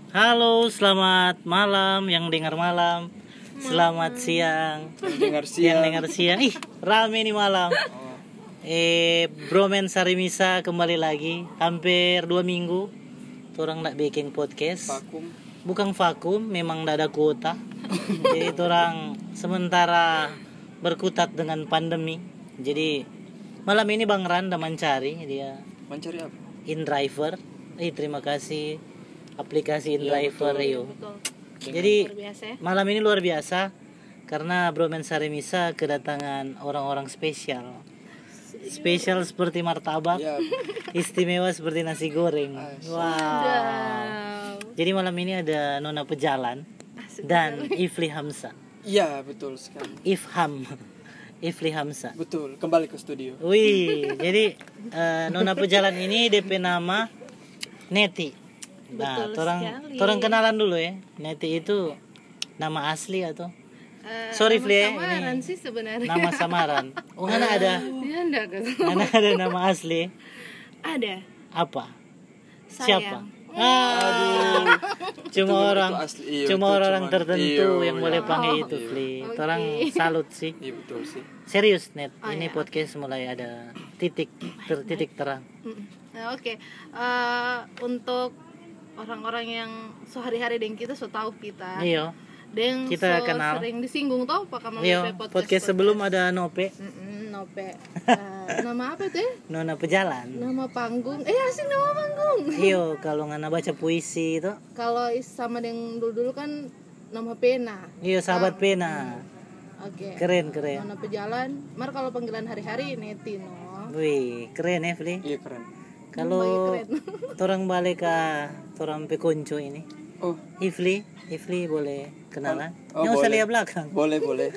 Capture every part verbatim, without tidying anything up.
Halo, selamat malam yang dengar malam. Selamat siang Yang dengar yang siang. dengar siang. Ih, rame nih malam. Eh, Bromen Sarimisa kembali lagi. Hampir dua minggu orang nak bikin podcast. Vakum. Bukan vakum, memang tidak ada kuota. Jadi orang sementara berkutat dengan pandemi. Jadi malam ini Bang Randa mencari dia Mencari apa? InDriver. Eh, terima kasih aplikasi Iya, InDriver betul. yo. Betul. Jadi Luar biasa ya. malam ini luar biasa karena Bromen Sarimisa kedatangan orang-orang spesial. Spesial seperti martabak, Ya, istimewa seperti nasi goreng. Asik. Wow. Wow. Jadi malam ini ada Nona Pejalan Asik dan sekali. Ifli Hamsa. iya betul sekali. Ifham. Ifli Hamsa. Betul. Kembali ke studio. Wih, jadi eh, Nona Pejalan ini D P nama Neti. Nah, Betul orang sekali. orang kenalan dulu ya. Neti itu nama asli atau Eh, Sorry, nama Fli, ya, samaran ini sih sebenarnya. nama samaran? Oh, mana ada? Dia enggak kan? Mana ada nama asli? Ada. Apa? Sayang. Siapa? Aduh. Cuma Itu- orang itu asli. Iya, cuma itu orang cuman- tertentu iya, yang iya. boleh panggil Oh. itu, Fli. Oke. Orang salut sih. Iya betul sih. Serius, Net. Oh, Ini iya, podcast mulai ada titik ter, titik terang. Mm. Nah, Oke. Eh, untuk orang-orang yang sehari-hari dengan kita so tahu kita. Iya. Dan Kita so kenal. sering disinggung tau apa kamu Iya, podcast sebelum ada Nope, Mm-mm, Nope. Eh, nama apa tuh? Nona Pejalan. Nama panggung. Eh asing nama panggung. Iyo, kalau ngana baca puisi itu, Kalau is- sama yang dulu-dulu kan nama pena. iyo sahabat pena. Oke. Keren, keren. Mana pejalan. Mar kalau panggilan hari-hari Neti no. Wih, keren ya, Fli. Iya keren. Kalau Baik, keren. orang balik ke orang pekonco ini, Oh, Ifli, Ifli boleh kenalan? Oh, Nggak usah boleh. lihat belakang. boleh boleh.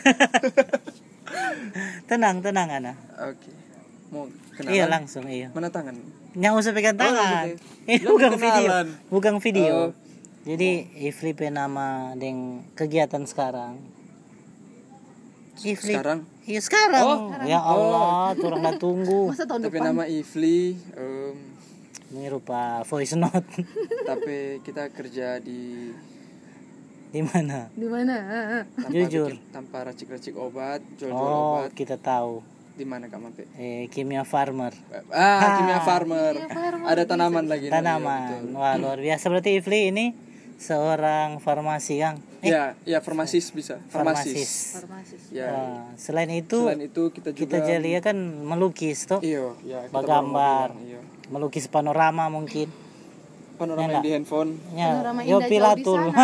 Tenang, tenang Ana. Oke. Mau kenalan? Iya langsung, iya. Mana tangan? Nggak usah pegang Oh, tangan. oke. Ini Lah, bukan video, kenalan. bukan video. Oh. Jadi Ifli penama dengan kegiatan sekarang. Ifli. Sekarang? Iya sekarang. Oh. Ya Allah, orang udah tunggu. Masa tahun Tapi depan? nama Ifli. em, Ini rupa voice note. tapi kita kerja di Di mana? Di mana? tanpa Jujur. bikin- tanpa racik-racik obat, jual-jual Oh, obat. kita tahu. Di mana Kak Mape? Eh, Kimia Farmer. Ah, kimia farmer. Kimia farmer. Ada tanaman lagi. nih, iya, Tanaman. betul. Wah, luar biasa. Berarti Ifli ini seorang farmasi, Kang. Eh, Iya, iya farmasis bisa. Farmasis. Farmasis. Ya. Wah, selain itu, Selain itu kita juga kita jadi kan melukis tuh. Iya, ya, kita Bergambar. baru mau bilang, Iya. Melukis panorama mungkin. Panorama Ya, yang di handphone. Ya, Panorama yo indah pilatul. jauh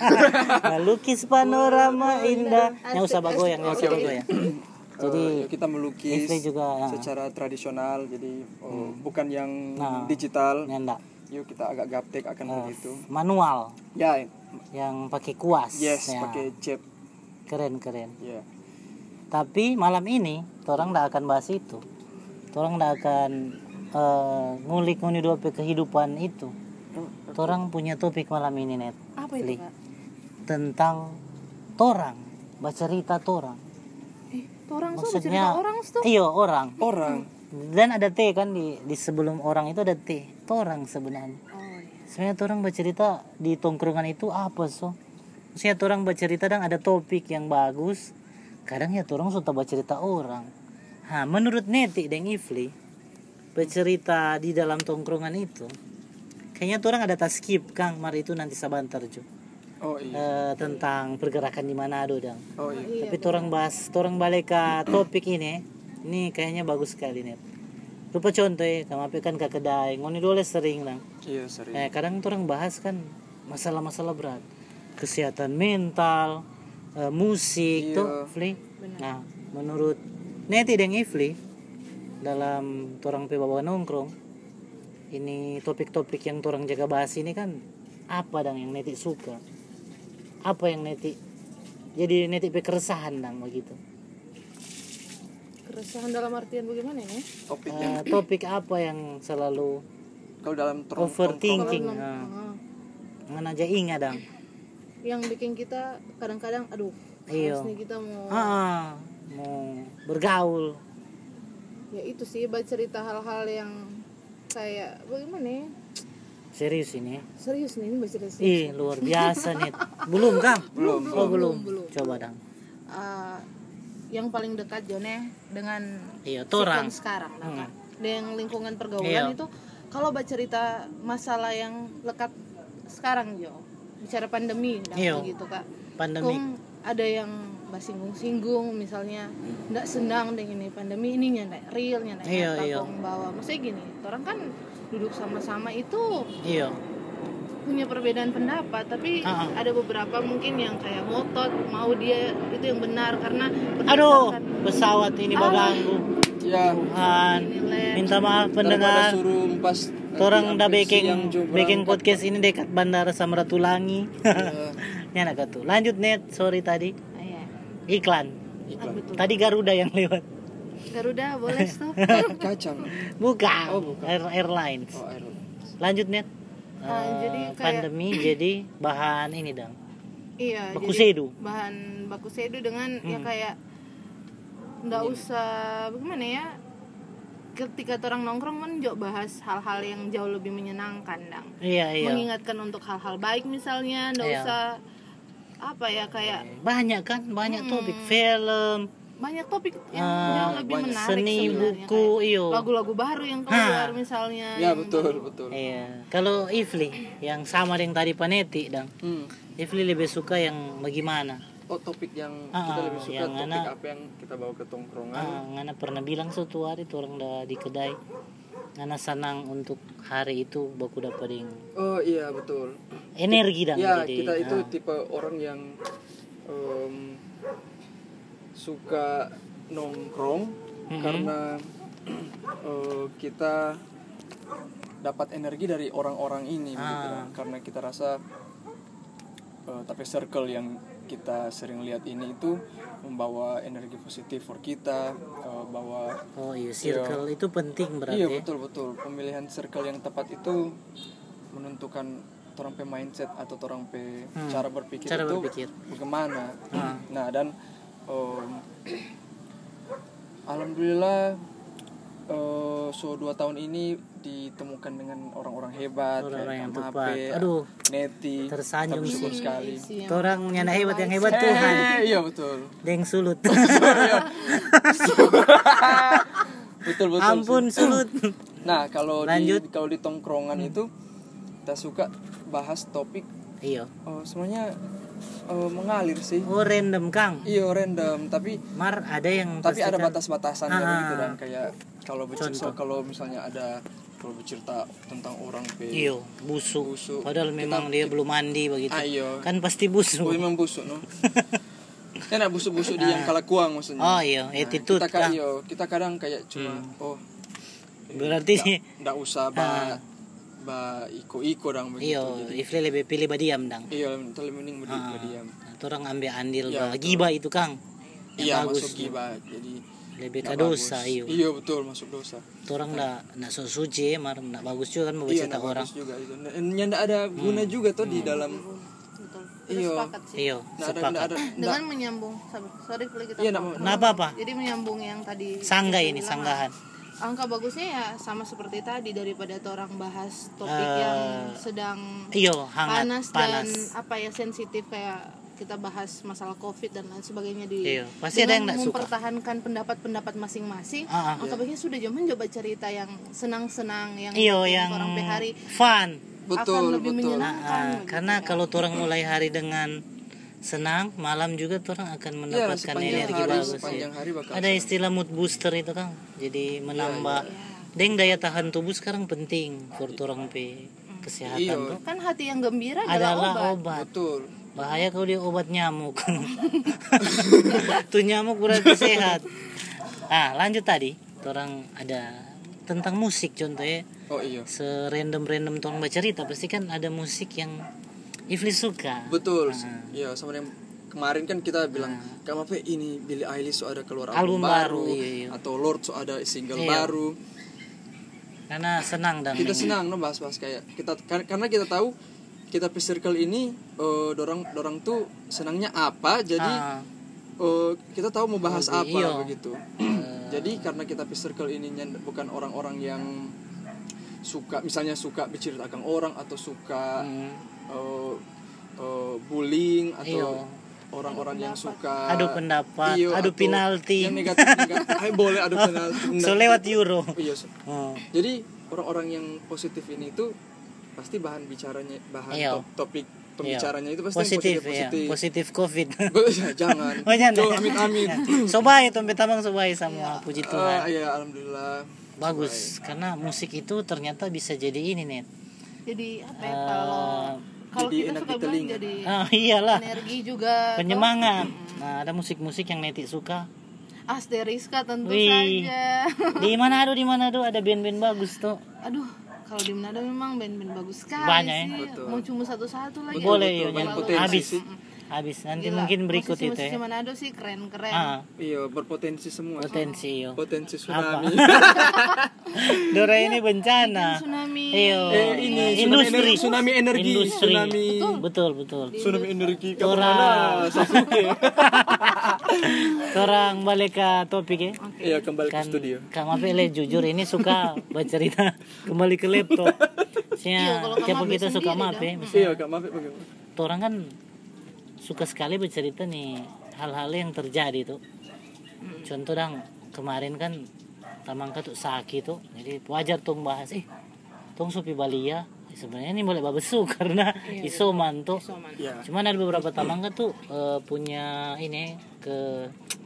di Melukis panorama indah. Nggak usah bagoyang, nggak usah Oke, oke. bagoyang. Jadi Eh, kita melukis Ifli juga ya. secara tradisional, jadi oh, bukan yang Nah. digital. nyendak Yuk kita agak gaptek akan Eh, begitu. manual Ya, yang pakai kuas. yes, Ya, pakai cat. keren keren. Ya. Tapi malam ini orang nggak akan bahas itu. Orang nggak akan eh, ngulik-ngulik dua kehidupan itu. Orang punya topik malam ini, Net. Apa itu, Li. Kak? Tentang torang, bercerita torang. Eh, orang so Maksudnya cerita orang tuh. iya orang. Orang. Dan ada T kan di di sebelum orang itu ada T. Torang sebenarnya. Oh, iya. Sebenarnya orang bercerita di tongkrongan itu apa so? Maksudnya orang bercerita dan ada topik yang bagus. Kadang ya orang suka bercerita orang. Ha, menurut Neti dan Ifli bercerita di dalam tongkrongan itu kayaknya orang ada tas skip Kang, mari itu nanti sabantar Jo. Oh iya. Eh, tentang pergerakan di Manado dang. Oh iya. Tapi orang bahas, orang balik ke topik ini. Ini kayaknya bagus sekali Net. Rupa contoh ya, kamapi kan ke kedai, ngoni dole sering lang. Iya, sering. Eh, kadang orang bahas kan masalah-masalah berat, kesehatan mental, eh, musik Iya. tuh, Fli. Nah, menurut Neti dan Ifli dalam orang pe bawa nongkrong, ini topik-topik yang orang jaga bahas ini kan apa dang yang Neti suka, apa yang Neti jadi Neti pe keresahan dang begitu. Keresahan dalam artian bagaimana ya? Topik yang Eh, topik apa yang selalu kalau dalam tong- overthinking, Kalau ah. ah, ngan aja ingat dang. yang bikin kita kadang-kadang aduh, Iya. harus nih kita mau Ah, mau bergaul. ya itu sih bercerita hal-hal yang kayak bagaimana ya? Serius ini. Serius nih, ini bercerita serius. Ih, luar biasa nih. Belum, Kang? Belum, Oh, belum. belum. Coba, Dang. Uh, yang paling dekat Jone dengan Iya, torang. sikon sekarang nah, Hmm. Kak. Dengan lingkungan pergaulan Iya. itu kalau bercerita masalah yang lekat sekarang Jo, bicara pandemi nah, Iya. begitu Kak. Pandemi. Kung ada yang basinggung-singgung misalnya ndak senang dengan ini pandemi ininya ndak realnya ndak Iya, nyata iya. kong bawa. Maksudnya gini, orang kan duduk sama-sama itu Iya. punya perbedaan pendapat, tapi Ah, ah. ada beberapa mungkin yang kayak ngotot mau dia itu yang benar karena Aduh, berdasarkan pesawat ini baganggu. Ya, Tuhan, minta maaf daripada pendengar. suruh pas Orang udah nanti bikin siang juga bikin berangkat. podcast ini dekat Bandara Samratulangi. Ya, Ya nak tuh. Lanjut net, sorry tadi. Ah, iya. Iklan. Ah, iklan. betul. Tadi Garuda yang lewat. Garuda boleh stop. Kacang. Bukan. Oh, bukan. Air Airlines. Oh, air. Lanjut net. Ah, Eh, jadi kayak- pandemi jadi bahan ini dong. Iya, Baku jadi sedu. bahan baku sedu dengan ya Hmm. kayak nggak usah bagaimana ya, ketika orang nongkrong kan juga bahas hal-hal yang jauh lebih menyenangkan dang, Iya iya. mengingatkan untuk hal-hal baik misalnya, nggak Iya. usah apa ya kayak Banyak kan, banyak Hmm. topik film, banyak topik yang Ah, jauh lebih banyak. menarik seni, sebenarnya, buku, kayak iyo. lagu-lagu baru yang keluar Hah. misalnya. Ya, yang betul, baru. betul. Iya. Kalau Ifli yang sama dengan tadi Paneti dong. Hmm. Ifli lebih suka yang bagaimana? Oh, topik yang Ah, kita lebih suka, yang topik mana- apa yang kita bawa ke tongkrongan. Ah, ngana pernah bilang suatu hari tuh orang dah di kedai. Ngana senang untuk hari itu baku dapat yang Oh iya, betul. energi dong. Ya, jadi. kita itu ah. tipe orang yang em, suka nongkrong Mhm. karena eh, kita dapat energi dari orang-orang ini begitu Ah. kan. Karena kita rasa eh, tapi circle yang kita sering lihat ini itu membawa energi positif for kita, eh, bawa Oh iya, circle itu penting berarti. iya betul betul pemilihan circle yang tepat itu menentukan orang pe mindset atau orang pe Hmm, cara berpikir cara itu berpikir. bagaimana. Ah. Nah dan em, alhamdulillah eh, so dua tahun ini ditemukan dengan orang-orang hebat Orang-orang yang kayak tepat. Mape, Aduh, Neti, tersanjung kami sih. syukur sekali. Si yang- orang nyana hebat yang hebat Tuhan. Eh, iya betul. Deng sulut. betul betul. Ampun sih. sulut. Nah kalau di Lanjut. kalau di tongkrongan itu kita suka bahas topik Iya. oh, semuanya eh, mengalir sih. Oh random Kang. Iya random tapi Mar ada yang tapi pasti ada kan- batas-batasannya Ah. begitu dan kayak kalau bercerita Contoh. kalau misalnya ada kalau bercerita tentang orang pe Iyo, busuk. Busuk. Padahal Kita- memang dia belum mandi begitu. Ah, iya. Kan pasti busuk. oh, memang busuk no. Enak busuk-busuk di yang kalakuang maksudnya. Oh iya, Nah, attitude kita, ka- Kang. iya, kita kadang kayak cuma oh Berarti nggak usah ba Ah. ba iko-iko dang begitu. iyo, Jadi Ifli lebih pilih badiam dang. iya terlalu mending beri Ah, diam. nah, orang ambil andil Iya, bah. betul. Gibah itu Kang. Yang Iya bagus. masuk gibah jadi Lebih ke nggak dosa bagus. iyo. Iya betul masuk dosa. Orang ndak ndak so suci, mar ndak bagus juga kan mau Iya bercerita nggak orang. bagus juga itu. Nah, yang nggak ada guna juga tuh di dalam Betul. Iya. Sepakat sih. Iyo, nggak ada nggak sepakat. ada nggak- Dengan menyambung, sabar, sorry boleh kita. Iya, potong. nggak- Nah apa-apa? Jadi menyambung yang tadi Sangga saya ini, bilang, sanggahan. Angka bagusnya ya sama seperti tadi, daripada orang bahas topik Eh, yang sedang Iyo, hangat, panas, panas. dan apa ya sensitif kayak kita bahas masalah covid dan lain sebagainya di Iya, pasti ada yang dengan nggak suka. mempertahankan pendapat-pendapat masing-masing. Ah, ah. Angka baiknya sudah jangan coba cerita yang senang-senang yang Iyo yang yang orang hari fun. betul akan lebih betul. menyenangkan. Ah, begitu karena ya. kalau orang mulai hari dengan senang, malam juga orang akan Iya, mendapatkan sepanjang energi hari, bagus sepanjang ya. hari bakal Ada senang. istilah mood booster itu Kang. Jadi menambah Iya. deng daya tahan tubuh sekarang penting for orang pe kesehatan Iya. tuh. kan hati yang gembira adalah, Adalah obat. obat. Betul. Bahaya kalau dia obat nyamuk. Tuh nyamuk berarti sehat. Ah, lanjut tadi. Orang ada tentang musik contohnya. Oh iya. Serandom-random orang bercerita pasti kan ada musik yang Ifli suka. Betul. Ah. Iya, sama yang kemarin kan kita bilang, "Kamu apa ini Billie Eilish so ada keluar Album album, baru, baru, iya, iya. atau Lord so ada single Iya. baru." Karena senang dan Kita senang no bahas-bahas kayak kita kar- karena kita tahu kita pe circle ini eh, dorong dorong tuh senangnya apa, jadi Ah, eh, kita tahu mau bahas Lebih, apa iya. begitu. Jadi karena kita pe circle ini nyen- bukan orang-orang yang suka misalnya suka menceritakan orang atau suka Hmm. uh, uh, bullying atau Iyo. orang-orang yang suka Adu pendapat, iyo, adu atau penalti. yang negatif negatif Ay, boleh adu penalti. So lewat Euro. Iya. Oh. Jadi orang-orang yang positif ini itu pasti bahan bicaranya bahan Iyo. top- topik pembicaranya itu pasti Positif, yang ya. positif Positif COVID. positif. Jangan. Oh, jangan. Tuh, amit-amit. Sobai Tompe Tabang sobai sama puji Tuhan. Ah, iya, alhamdulillah. Bagus karena musik itu ternyata bisa jadi ini net. Jadi apa ya, Eh, kalau kalau jadi kita enak suka di bilang telinga. jadi Ah iyalah. energi juga Penyemangat. Nah, ada musik-musik yang Neti suka. toh. Asteriska tentu Wih. saja. Di Manado, di Manado ada band-band bagus tuh. Aduh, kalau di Manado memang band-band bagus sekali Banyak, ya? sih. Betul. Mau cuma satu-satu lagi. Boleh betul. yuk, Main jangan potensi habis. sih. Habis nanti Gila, mungkin berikut itu musisi-musisi ya. Manado sih keren-keren. Ah, Iya, berpotensi semua. potensi yo. Potensi Apa? tsunami. Dora ini bencana. Tsunami. Iyo. Eh, ini industri. tsunami energi, Industri. tsunami. Betul, betul. Tsunami energi ke Orang. mana? Sasuke. Seorang balik ke topik ya. Iya, kembali ke Kan studio. Kak Mapele jujur ini suka bercerita kembali ke laptop. Iya, kalau Siapa Kak siapa Mape kita suka sendiri Mape, dah. misalnya Iya, Kak, maaf bagaimana? orang kan suka sekali bercerita nih hal-hal yang terjadi tuh. Contoh dang kemarin kan Tamangka tuh sakit tuh, jadi wajar tuh bahas eh tong sopi Balia sebenarnya ini boleh babesu karena isoman tuh. Isoman. Iya. Cuman ada beberapa Tamangka tuh eh, punya ini ke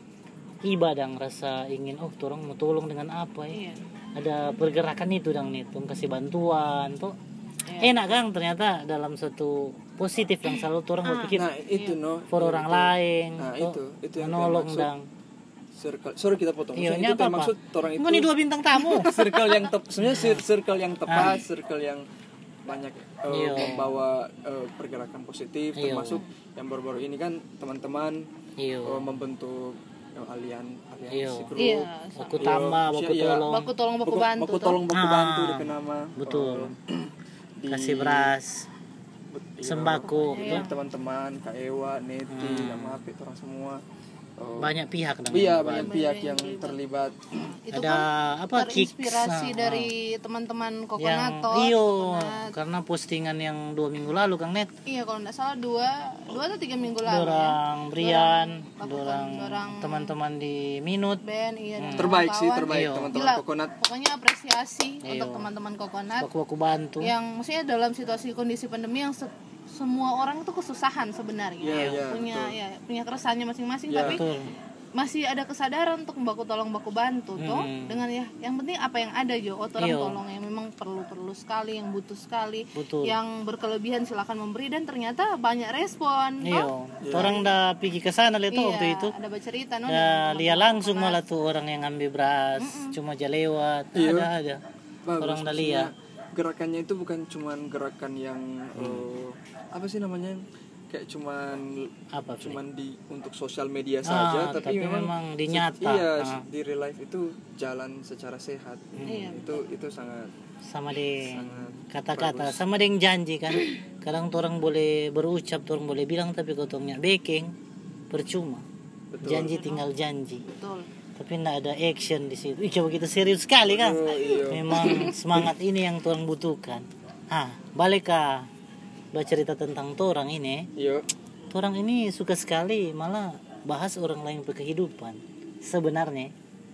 iba dang rasa ingin oh orang mau tolong dengan apa ya. Iya. Ada pergerakan itu dang nih tuh kasih bantuan tuh. Iya. Enak Kang ternyata dalam satu positif yang selalu orang berpikir Nah, itu no. for orang lain Nah, tuh, itu itu yang menolong maksud. dang. Circle. Sorry kita potong. Iya, Maksudnya ini itu yang apa-apa. maksud orang itu. Mau nih dua bintang tamu. Circle yang tep, sebenarnya cir- circle yang Ah. tepat, circle yang banyak eh, Iya. membawa eh, pergerakan positif, Iya. termasuk yang baru-baru ini kan teman-teman Iyo. eh, membentuk eh, alian Iya. aliansi grup. Iya. Aku Iya, tambah, iya, aku iya. tolong. Baku tolong baku Baku, bantu baku toh. tolong baku Ah. bantu D P nama. Betul. Eh, di- Kasih beras, bet- iya, sembako, iya, tuh. teman-teman, Kak Ewa, Neti, Hmm. Kak Mape, orang semua. Eh, banyak pihak dang. Iya, yang banyak Banyak pihak yang yang terlibat. Itu Ada kan apa kicks terinspirasi ah, dari teman-teman yang Kokonator. iyo Kokonat. karena postingan yang dua minggu lalu Kang Net. Iya kalau nggak salah dua dua atau tiga minggu lalu ya. Dorang Brian, Dorang dorang dorang teman-teman di Minut. band iya dan Terbaik sih, kawan-kawan. terbaik Iya. teman-teman Gila, Kokonat. pokoknya apresiasi Iya. untuk teman-teman Kokonat Baku-baku bantu. yang maksudnya dalam situasi kondisi pandemi yang se- semua orang itu kesusahan sebenarnya. Iya, iya, punya betul. ya punya keresahannya masing-masing Iya. tapi Betul. masih ada kesadaran untuk baku tolong baku bantu toh Hmm. dengan ya yang penting apa yang ada jo oh orang Iya. tolong yang memang perlu perlu sekali yang butuh sekali Betul. yang berkelebihan silakan memberi dan ternyata banyak respon toh Iyo. Orang dah pergi ke sana lihat tuh iya, waktu itu. ada bercerita no Ya, dengan lihat teman-teman langsung Kokonat. malah tuh orang yang ambil beras, cuma aja lewat. Iya. Ada ada. Bagus, Orang dah maksudnya lihat. gerakannya itu bukan cuman gerakan yang eh, apa sih namanya kayak cuman Apa Fli? cuman di untuk sosial media Ah, saja tapi, tapi memang, memang di se- nyata. iya Ah. di real life itu jalan secara sehat. Iya. Itu itu sangat Sama deh sangat kata-kata, bagus. sama dengan janji kan. Kadang tuh orang boleh berucap, tuh orang boleh bilang tapi kotongnya baking percuma. Betul. Janji tinggal janji. betul Tapi enggak ada action di situ. Ih, coba kita serius sekali kan. Oh, iya. Memang semangat ini yang tuang butuhkan. Ah, balik ke bercerita tentang torang ini. Iya. Torang ini suka sekali malah bahas orang lain berkehidupan. Sebenarnya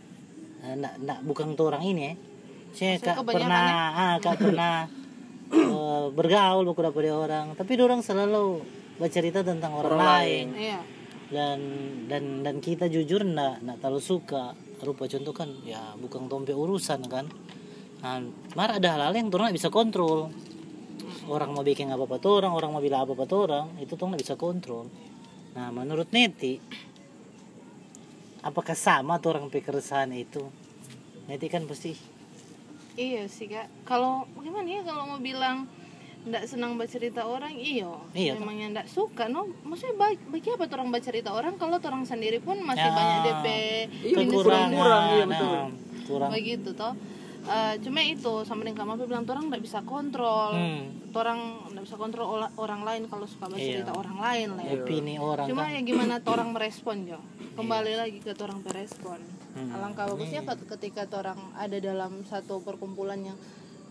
eh, enggak enggak bukan torang ini ya. Saya Maksudnya kak kebanyakan pernah ah, kak pernah eh, bergaul beberapa dia orang, tapi orang selalu bercerita tentang orang, Orang lain. iya dan dan dan kita jujur ndak ndak terlalu suka rupa contoh kan ya bukan tompe urusan kan. Nah, mar ada hal-hal yang orang nggak bisa kontrol. Orang mau bikin apa apa orang, orang mau bilang apa apa orang, itu tuh nggak bisa kontrol. Nah, menurut Neti, apakah sama tuh orang pekerjaan itu? Neti kan pasti iya sih kak kalau gimana ya kalau mau bilang ndak senang bercerita orang iyo Iya, memangnya ndak suka no maksudnya baik bagi apa tuh orang bercerita orang kalau orang sendiri pun masih Ya, banyak D P Iya, minus kurang, minus. kurang, iya, nah, betul. kurang. begitu toh. Eh, cuma itu sama dengan kamu bilang orang nggak bisa kontrol Hmm. orang nggak bisa kontrol ola- orang lain kalau suka bercerita Iya. orang lain lah ya. Opini orang Cuma kan. ya gimana orang merespon jo kembali lagi ke orang merespon. Hmm. Alangkah bagusnya ket- ketika orang ada dalam satu perkumpulan yang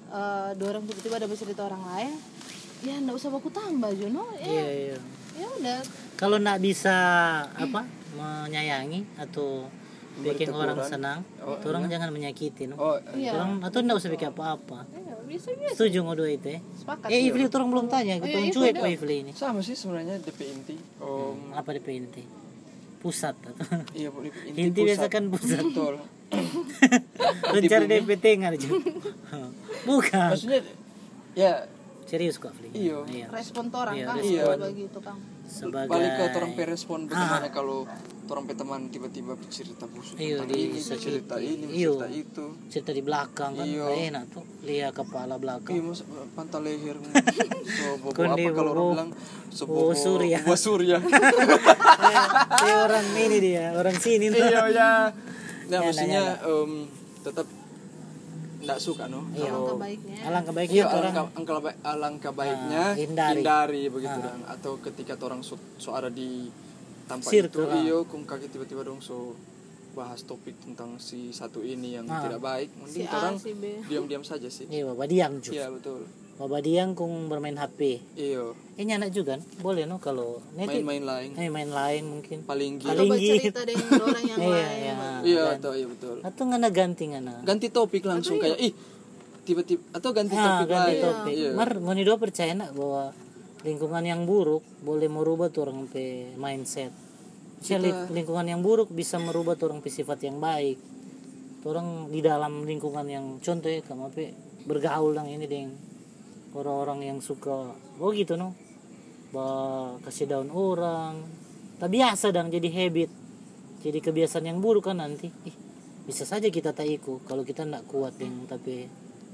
uh, dua orang tiba-tiba ada bercerita orang lain, ya nggak usah baku tambah Jono. Ya, Iya, iya. ya udah. Kalau nggak bisa apa menyayangi atau bikin Berteguran. orang senang, Oh, orang jangan menyakiti, no. Oh, Iya. Orang atau nggak usah bikin apa-apa. Ya, biasa-biasa. Setuju ngodo itu ya. Sepakat. Eh, Ifli orang belum tanya, Oh, kita iya, cuek Ifli, kok Ifli ini. sama sih sebenarnya D P inti. Um, Apa D P inti? Pusat atau iya, D P inti. inti biasa kan pusat. Betul. Lu cari D P tengah aja. Bukan. Maksudnya ya Serius kok Ifli. Iya. Respon orang Iya, kan respon. bagi itu Kang. Sebagai balik ke orang pe respon bagaimana Ah. kalau orang pe teman tiba-tiba bercerita busuk Iya, tentang di ini, bercerita ini, Iya. bercerita itu. cerita di belakang kan Iya. nggak enak tuh, lihat kepala Iya, belakang. mas pantai leher. So, bobo Kondi apa kalau orang bobo. bilang so, Bobo surya. bobo surya. Dia orang ini dia, orang sini tuh. Iya, ya. Nah, Ya, maksudnya nah, ya, em, tetap enggak suka no Iya. Alangkah kalau baiknya. Alangkah baiknya iya orang alangkah, alangkah, baik- alangkah baiknya Ah, hindari. hindari begitu Ah. dan atau ketika orang so, so ada di tempat Circle, itu ah. iyo kung kaget tiba-tiba dong so bahas topik tentang si satu ini yang Ah. tidak baik Si mending A, orang si B. diam-diam saja sih. iya bapak diang juga. Iya betul. Bapak diang kung bermain H P. Iyo Eh nyana juga kan? Boleh no kalau nanti main-main lain eh, main lain mungkin. paling gila. Paling Coba gitu. cerita dengan orang yang Iya, lain. iya. Iya Dan- atau iya betul. Atau ngana ganti ngana. Ganti topik langsung kayak ih tiba-tiba atau ganti Ah, topik ganti lain. topik. Iya. Mar ngoni dua percaya nak bahwa lingkungan yang buruk boleh merubah tuh orang pe mindset. Misalnya Kita- lingkungan yang buruk bisa merubah tuh orang pe sifat yang baik. Tuh orang di dalam lingkungan yang contoh ya kamu pe bergaul lang ini dengan orang-orang yang suka oh gitu no. Bah kasih daun orang. Tak biasa dong jadi habit. Jadi kebiasaan yang buruk kan nanti. Ih, bisa saja kita tak ikut kalau kita ndak kuat dengan tapi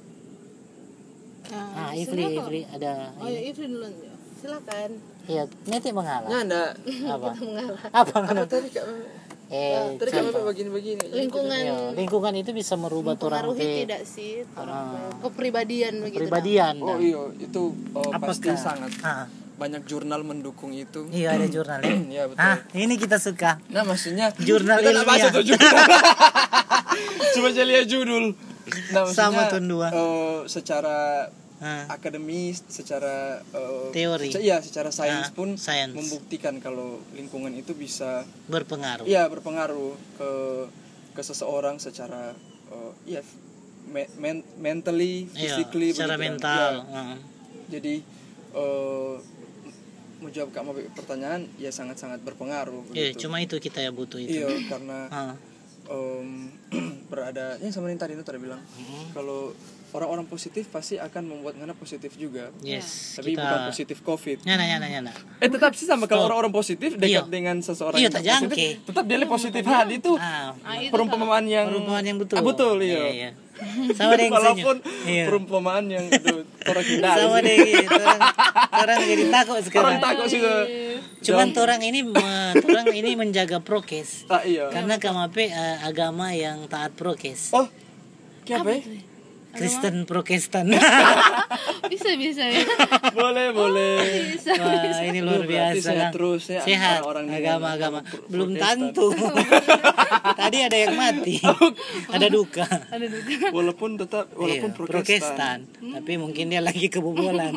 Nah, ah Ifli silakan. Ifli ada Oh ya Ifli duluan ya. Silakan. iya nanti mengalah Nah, enggak. apa Mengalah. apa Apa tadi Kak? eh Tadi Kak contoh. begini-begini. Lingkungan Iya, lingkungan itu bisa merubah orang mempengaruhi ke tidak sih Ah. kepribadian begitu. kepribadian Oh dan iya, itu oh, pasti apakah sangat ah, banyak jurnal mendukung itu. iya ada jurnal ya. Iya betul. Ah ini kita suka Nah maksudnya Jurnal kita nggak baca ilmiah. tuh jurnal. Cuma aja lihat judul. Nah maksudnya Sama tuh dua. eh, secara ah, akademis, secara eh, Teori. seca- iya secara sains Ah, pun sains. membuktikan kalau lingkungan itu bisa berpengaruh iya berpengaruh ke ke seseorang secara eh, iya me- men- mentally, iya, physically secara begitu kan. mental Iya. ah. Jadi eh menjawab kamu pertanyaan ya sangat-sangat berpengaruh Iya, begitu. cuma itu kita ya butuh itu Iya, karena ah. em, berada ya sama yang tadi itu tadi bilang Mm. kalau orang-orang positif pasti akan membuat ngana positif juga. yes Tapi kita bukan positif COVID. nyana nyana nyana Eh tetap sih sama kalau Stop. orang-orang positif dekat Iya. dengan seseorang Iya, yang tak positif, jangke. tetap dia positif hal itu. ah, Ah, itu Perumpamaan yang perumpamaan yang betul Ah, betul iya. iya. Sama dengan Walaupun iya. perumpamaan yang aduh, orang hindari sama sih. deh gitu. orang, orang jadi takut sekarang Orang takut sih tuh. cuman orang ini me- orang ini menjaga prokes Ah, iya. karena kamape eh, agama yang taat prokes Oh, kayak apa? ya? Kristen Protestan bisa bisa ya. Boleh, boleh. Bisa. wah ini luar Lu berarti biasa sehat kan terus ya, sehat orang-orang dengan agama-agama agama belum Protestan. tentu tadi ada yang mati ada duka Ada juga. Walaupun tetap walaupun Iya, Protestan. tapi mungkin dia lagi kebobolan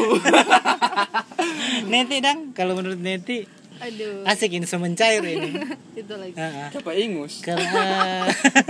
Neti dang kalau menurut Neti Aduh. asik ini semencair ini Itu lagi. Ah, ah. Siapa ingus? Karena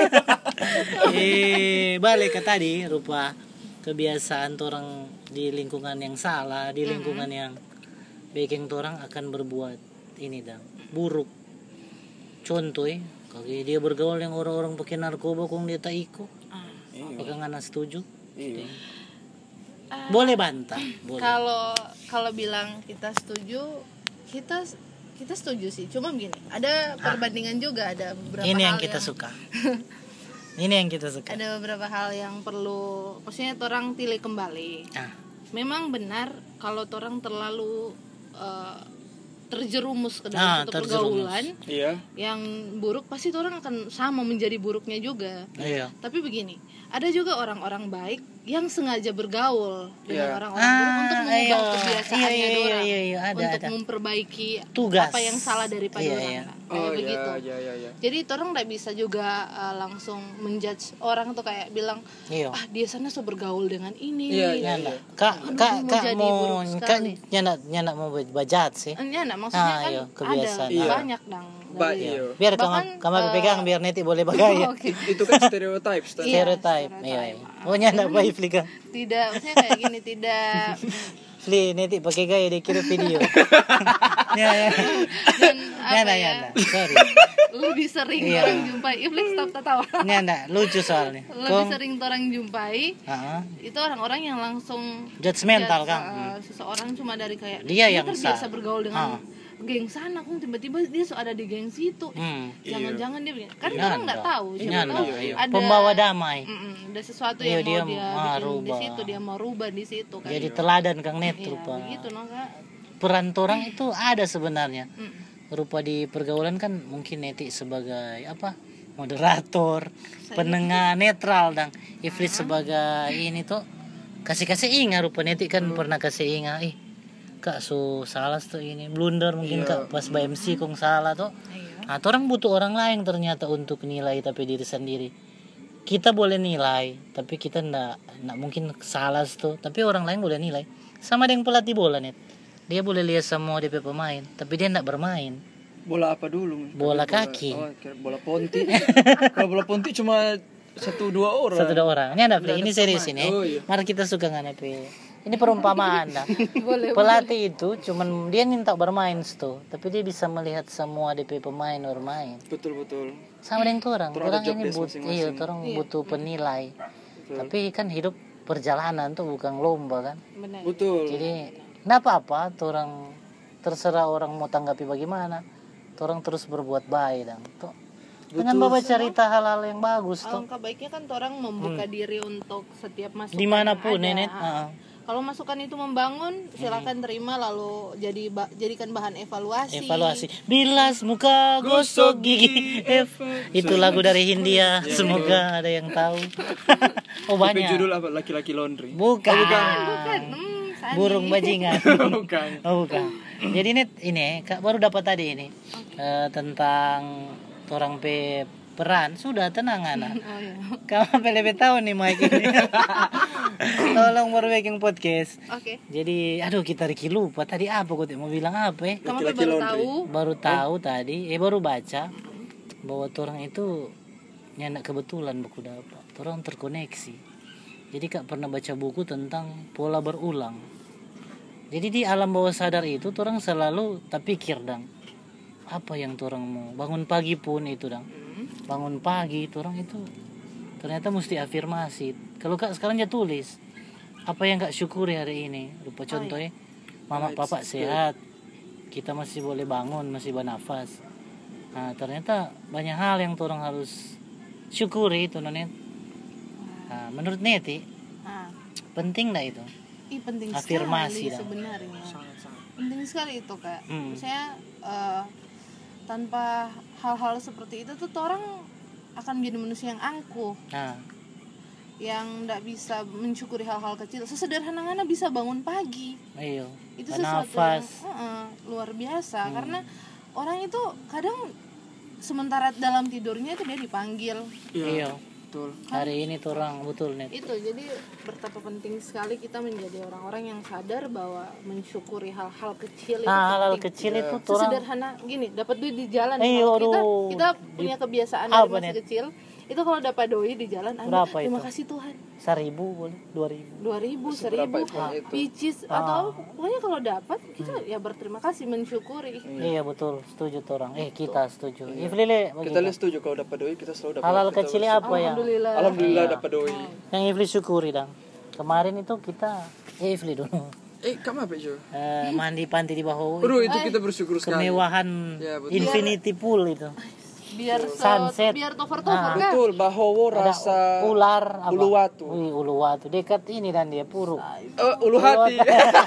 eh balik ke tadi rupa kebiasaan orang di lingkungan yang salah, di lingkungan yang bikin orang akan berbuat ini dang buruk. Contoh ya, kalau dia bergaul yang orang-orang pakai narkoba kong dia tak ikut, Iya. apakah ngana setuju? Iya. Boleh bantah, boleh. Kalau kalau bilang kita setuju, kita kita setuju sih. Cuma begini, ada perbandingan juga, ada beberapa Ini hal yang kita suka. Ini yang kita suka. Ada beberapa hal yang perlu, maksudnya orang tilai kembali. Ah, Memang benar kalau orang terlalu eh, terjerumus ke Ah, dalam satu terjerumus. pergaulan Iya. yang buruk, pasti orang akan sama menjadi buruknya juga. iya. Tapi begini, ada juga orang-orang baik yang sengaja bergaul dengan Iya. orang-orang buruk Ah, untuk mengubah iya. kebiasaannya Iya, iya, orang, iya, iya, ada, untuk ada. memperbaiki Tugas. apa yang salah daripada Iya, orang iya. kan. Kayak Oh begitu. iya iya iya. Jadi orang nggak bisa juga uh, langsung menjudge orang tuh kayak bilang Iya. ah dia sana so bergaul dengan ini. Iya, nih. iya. Nyanda. Kak, Aduh, kak, mau kak jadi mau, buruk kak sekali. nyanda, nyanda mau bajat sih. Ya, nah, maksudnya Ah, kan iya, ada kebiasaan. Iya. banyak dang. Ba- dari- iya. Biar Bahkan, kamu kamu eh, pegang biar Neti boleh bagaya. Oke. It- itu kan stereotype Stan. Iya. Stereotype. stereotype. Iya, iya. Oh nyanda apa Ifli kan? Tidak, maksudnya kayak gini, tidak Ifli Neti pakai gaya dikirim video. Ya, ya. dan apa Nyanda, ya? nyanda. Sorry. Lebih sering Iya. orang jumpai. Iflik stop tertawa. Nyanda, lucu soalnya. Lebih Kong, sering orang jumpai ah, itu orang-orang yang langsung judgmental judge, kan. uh, seseorang cuma dari kayak Dia yang terbiasa sah. bergaul dengan Ah. geng sana, kok tiba-tiba dia so ada di geng situ. Hmm. Jangan-jangan dia begini. Kan Nyanda. orang nggak tahu, siapa Nyanda, tahu iya. ada Pembawa damai. Mm-mm, ada sesuatu Iya, yang dia mau dia mau bikin di rubah. situ, dia mau rubah di situ kan. Jadi teladan Kang Net Iya, rupa. begitu no Kak. Peran orang itu ada sebenarnya. Mm. Rupa di pergaulan kan mungkin Neti sebagai apa? Moderator, penengah netral dan Iflit sebagai ini tuh kasih-kasih ingat rupa Neti kan pernah kasih ingat ih Kak so salah tuh ini blunder mungkin Iya. Kak pas by M C kong salah tuh. Iya. Nah, orang butuh orang lain ternyata untuk nilai tapi diri sendiri. Kita boleh nilai, tapi kita ndak ndak mungkin salah tuh, tapi orang lain boleh nilai. Sama dengan pelatih bola Net. Dia boleh lihat semua D P pemain, tapi dia ndak bermain. Bola apa dulu? Bola kaki. Oh, kira bola ponti. Kalau bola ponti cuma satu dua orang. Satu dua orang. Ini ada Nggak ini ada serius pemain. ini. Oh, iya. Mari kita suka nggak ini perumpamaan dah. Boleh. Pelatih itu cuman dia minta bermain tuh, tapi dia bisa melihat semua D P pemain bermain. Betul betul. Sama dengan orang. Orang ada Orang job ini desk but, masing-masing. iya, orang Iya. butuh penilai. Betul. Tapi kan hidup perjalanan tuh bukan lomba kan. Benar. Betul. Jadi nggak apa-apa, tuh orang terserah orang mau tanggapi bagaimana. Tuh orang terus berbuat baik dan tuh. Dengan Betul. bawa cerita hal-hal yang bagus tuh. Alangkah baiknya kan orang membuka diri untuk setiap masukan Dimanapun yang ada. Nenet. Ah. ah. Kalau masukan itu membangun, silakan terima lalu jadi ba- jadikan bahan evaluasi. Evaluasi. Bilas muka gosok gigi. F. Itu lagu dari Hindia. Semoga ada yang tahu. Oh Tapi banyak. judul apa? Laki-laki laundry. Bukan. Bukan, hmm, Sani. Burung bajingan. Bukan. Oh bukan. Jadi Net ini Kak baru dapat tadi ini eh, tentang orang pe peran sudah tenang anak. Oh iya. Kamu pe lebih tahu nih Mike ini. Tolong baru bikin podcast. Oke. Jadi aduh kita Ricky lupa tadi apa kok mau bilang apa ya? Kamu Laki-laki baru laundry. tahu Baru tahu tadi, eh baru baca bahwa orang itu nyandak kebetulan buku dapat. Orang terkoneksi. Jadi Kak pernah baca buku tentang pola berulang. Jadi di alam bawah sadar itu orang selalu tak pikir dang apa yang orang mau bangun pagi pun itu dang bangun pagi orang itu ternyata mesti afirmasi. Kalau Kak sekarang dia tulis apa yang Kak syukuri hari ini. Lupa contohnya mama papa sehat, kita masih boleh bangun, masih bernafas. Nah ternyata banyak hal yang orang harus syukuri itu Nonet. Nah, menurut Neti Ah, penting dah itu. ih, penting Afirmasi sekali dong. sebenarnya. Sangat-sangat. Penting sekali itu Kak. Hmm. Misalnya eh, tanpa hal-hal seperti itu tuh orang akan menjadi manusia yang angkuh, Nah, yang tidak bisa mensyukuri hal-hal kecil. Sesederhana bisa bangun pagi. ayo. Itu sesuatu yang Bernafas. heeh, luar biasa Hmm. karena orang itu kadang sementara dalam tidurnya itu dia dipanggil. Iya. Iya. Betul. Hari ini tuh orang betul Net. Itu jadi betapa penting sekali kita menjadi orang-orang yang sadar bahwa mensyukuri hal-hal kecil itu Nah, hal-hal penting. kecil Ya. itu tuh orang Sesederhana gini, dapat duit di jalan. Iya, Kalau kita aduh. kita punya kebiasaan dari Apa, masih Net? kecil. Itu kalau dapat doi di jalan, Anda, Berapa terima itu? kasih Tuhan. seribu boleh, dua ribu. dua ribu, Seberapa seribu, pun itu. picis Ah. atau pokoknya kalau dapat kita ya berterima kasih, mensyukuri. Iya betul, setuju tuh orang. Eh kita setuju. Iya Ifli Kita lihat setuju kalau dapat doi kita selalu dapat. hal-hal kita kecil bersyukur. apa ya? Alhamdulillah. Alhamdulillah Iya. dapat doi. Yang Ifli syukuri dong. Kemarin itu kita eh Ifli dulu. Eh, kamu apa Jo? Eh, mandi panti di bawah. Aduh, itu kita bersyukur sekali. Kemewahan Ya, betul. infinity pool itu. Biar so, Sunset. biar tover Nah. tover kan. Betul, Bahowo Ada rasa ular apa? Uluwatu. Wih, Uluwatu dekat ini dan dia puruk. Eh, ulu hati.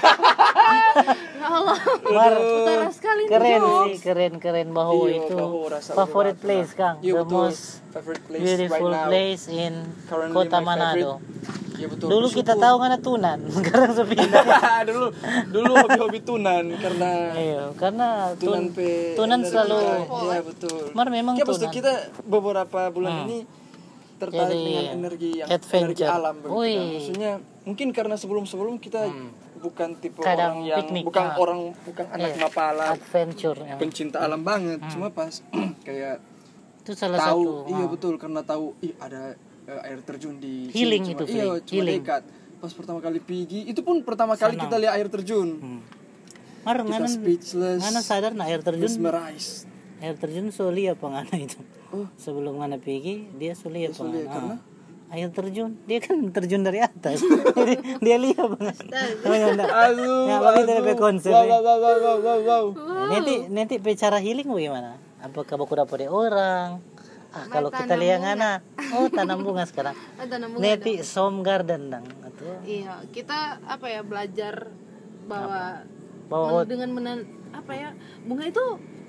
Ya Allah. Mar- Utara sekali nih, keren Jok. sih, keren keren bahwa Iya, itu Bahowo rasa favorite Uluwatu. place Kang, Iya, the betul. most Favorite place beautiful right now. place in Currently Kota my Manado. Ya betul. Dulu kita tahu ngana tunan, sekarang sepindah. dulu dulu hobi-hobi tunan karena Iya, karena tunan tun, pe tunan energi. selalu Iya betul. Mar memang Ya betul tunan. kita beberapa bulan Hmm. ini tertarik Jadi, dengan energi yang adventure. energi alam begitu Wih. kan. Maksudnya mungkin karena sebelum-sebelum kita bukan tipe Kadang orang yang piknik, bukan ah. orang bukan anak Iya, mapala adventure. Ya. pencinta alam banget. Cuma pas kayak Itu salah tahu satu. iya ah. betul karena tahu ih ada eh, air terjun di Healing sini, itu, cuma, iya Fri. cuma Healing. dekat pas pertama kali pergi itu pun pertama kali Senang. kita lihat air terjun Hmm. Mar kita ngana speechless ngana sadar na air terjun mesmerized air terjun soli apa ngana itu. oh Sebelum ngana pergi dia soli apa soli, ngana. karena? Ah. Air terjun dia kan terjun dari atas. Jadi dia lihat banget. Oh, ya, enggak. aduh Ya, tapi itu lebih konsep. wow ya. wow wow wow wow wow, wow. Nanti nanti bicara healing bagaimana? Apakah baku dapat dari orang? Ah kalau kita tanam lihat bunga. ngana, oh tanam bunga sekarang. Ah, tanam bunga Nanti som garden dang atau Iya, kita apa ya belajar bahwa bahwa men- dengan menen apa ya bunga itu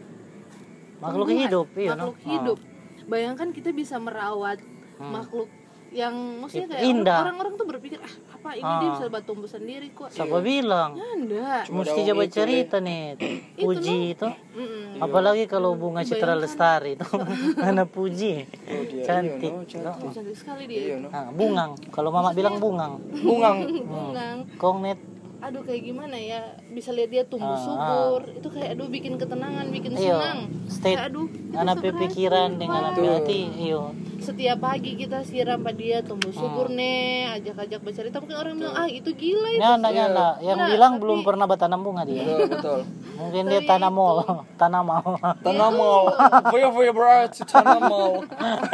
makhluk bunga, hidup, iya no? makhluk hidup. Bayangkan kita bisa merawat makhluk yang maksudnya kayak Indah. orang- orang-orang tuh berpikir ah apa ini dia bisa tumbuh sendiri kok. Siapa bilang? Ya enggak. Cuma Mesti daun coba itu, cerita nih. Puji itu. Mm-mm. Apalagi kalau bunga Citra Lestari itu. Mana puji. Oh, dia, Cantik. iya, no, cantik. No? Cantik sekali iya dia. no Ah, bungang. Kalau mama bilang bungang. bungang Bungang. Kong net. Aduh kayak gimana ya bisa lihat dia tumbuh Ah, subur itu kayak aduh bikin ketenangan bikin Iyo, senang state kayak aduh kita anak seberhasil. pikiran dengan anak Betul. hati. Iyo. Setiap pagi kita siram pada dia tumbuh subur nih ajak-ajak bercerita mungkin orang bilang ah itu gila itu Nyana nyana. Yang Nah, bilang tapi- belum pernah bertanam bunga dia. betul betul Mungkin dia Tapi tanam itu- mau, tanam mau. tanamal voya voya berat tanamal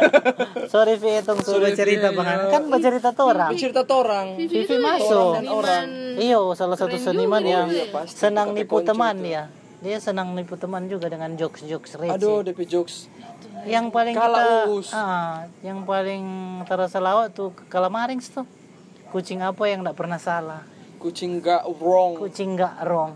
Sorry Vi, itu sudah Sorry, cerita Vi, bang. ya. Kan bercerita tuh orang. bercerita orang Vivi Vivi itu masuk. seniman Orang. Iyo, salah satu Keren seniman juga yang dia. Iya, pasti. senang Pakai nipu kunci teman itu. ya. Dia senang nipu teman juga dengan jokes-jokes receh. aduh D P jokes Yang paling Kala kita, Uus. ah, yang paling terasa lawak tuh Kalamarings tuh. Kucing apa yang tidak pernah salah? kucing gak wrong Kucing nggak wrong.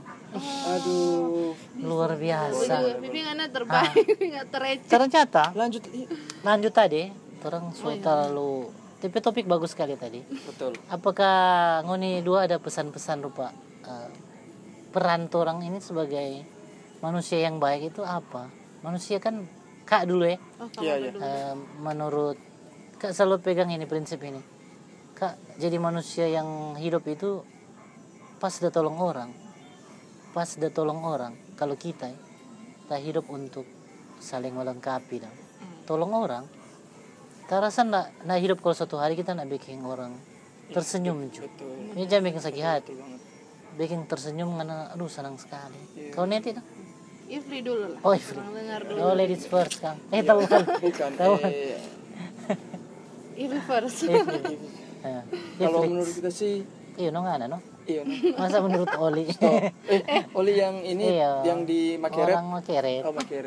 aduh Luar biasa. Vivi nggak terbaik nggak tereceh Ternyata lanjut Ih, lanjut tadi, orang sudah terlalu. Tapi topik bagus sekali tadi. betul Apakah ngoni dua ada pesan-pesan rupa eh, peran orang ini sebagai manusia yang baik itu apa? Manusia kan kak dulu ya. oh, kamu Iya, apa iya. dulu? Eh, menurut kak selalu pegang ini prinsip ini. Kak jadi manusia yang hidup itu pas udah tolong orang, pas udah tolong orang. Kalau kita ya, kita hidup untuk saling melengkapi dan tolong orang. Kita rasa ndak ndak hidup kalau suatu hari kita ndak bikin orang tersenyum cu. betul Ini jangan bikin sakit hati, betul banget bikin tersenyum karena aduh senang sekali. Iya. Kau nanti dah. Ifli dulu lah Oh, Ifli. orang dengar dulu Oh ladies first kang. Eh tahu kan? bukan Tahu. eh, Ifli first Ifli. Eh, kalau Ifli. menurut kita sih Iya no nggak ada no. iya no. Masa menurut Oli? eh Oli yang ini Iya. yang di Makeret Orang Makeret. oh Makeret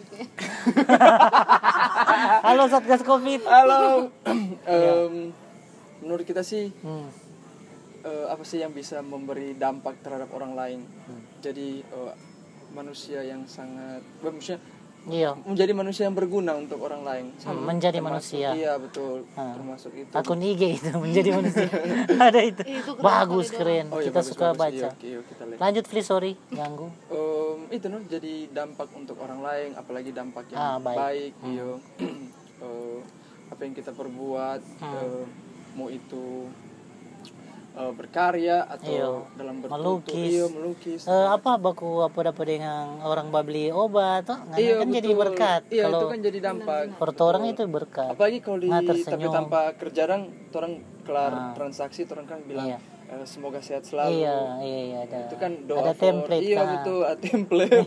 Halo Satgas Covid. halo Em, menurut kita sih Hmm. eh, apa sih yang bisa memberi dampak terhadap orang lain Hmm. jadi eh, manusia yang sangat eh, maksudnya Iya. menjadi manusia yang berguna untuk orang lain Hmm, menjadi Termasuk- manusia. iya betul Ah. termasuk itu Akun I G itu menjadi manusia. Ada itu. Itu keren Bagus sekali keren. Oh, iya, Kita bagus, suka bagus. baca. Iya, oke, yuk kita lihat. Lanjut Fli, sorry ganggu. Em, itu no jadi dampak untuk orang lain apalagi dampak yang Ah, baik. baik, iya. Eh, apa yang kita perbuat Hmm. eh, mau itu eh, berkarya atau Iya. dalam bentuk Melukis. iya melukis Eh, apa baku apa dapat dengan orang babli obat tuh nggak iya, kan jadi betul. berkat. Iya, Kalau itu kan jadi dampak perut orang itu berkat. apalagi kalau di Nggak tapi tersenyum. tanpa kerjaan orang kelar Ah. transaksi orang kan bilang Iya. eh, semoga sehat selalu Iya, iya, iya ada. itu kan doa ada for- template iya kan. betul ada template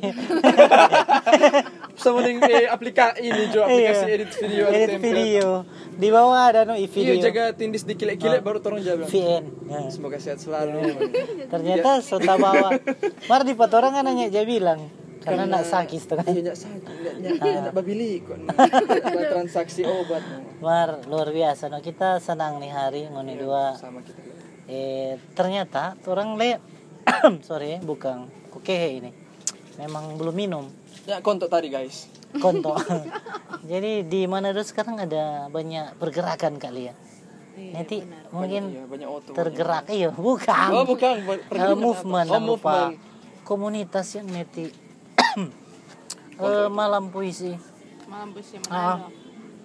sama dengan eh, aplikasi ini jo aplikasi Iya. edit video ada Edit template video. Di bawah ada no i video. iya jaga tindis dikilek-kilek baru orang jawab V N. Ya. semoga sehat selalu Ternyata sota bawa. Mar di orang kan nanya dia bilang karena nak sakit tuh kan. iya nyak sakit nyak nyak nyak babili kok nyak transaksi obat Mar luar biasa no kita senang nih hari ngoni dua. sama kita Eh ternyata orang le sorry bukan oke ini. Memang belum minum ya kontok tadi guys konto. Jadi di Manado sekarang ada banyak pergerakan kali ya. Iya, Nanti benar. mungkin Iya, banyak oto. tergerak iya bukan. Oh, bukan. Eh, Pergerakan movement, apa? Oh, jangan lupa. movement. Komunitas yang neti eh, malam puisi. Malam puisi Ah. Manado.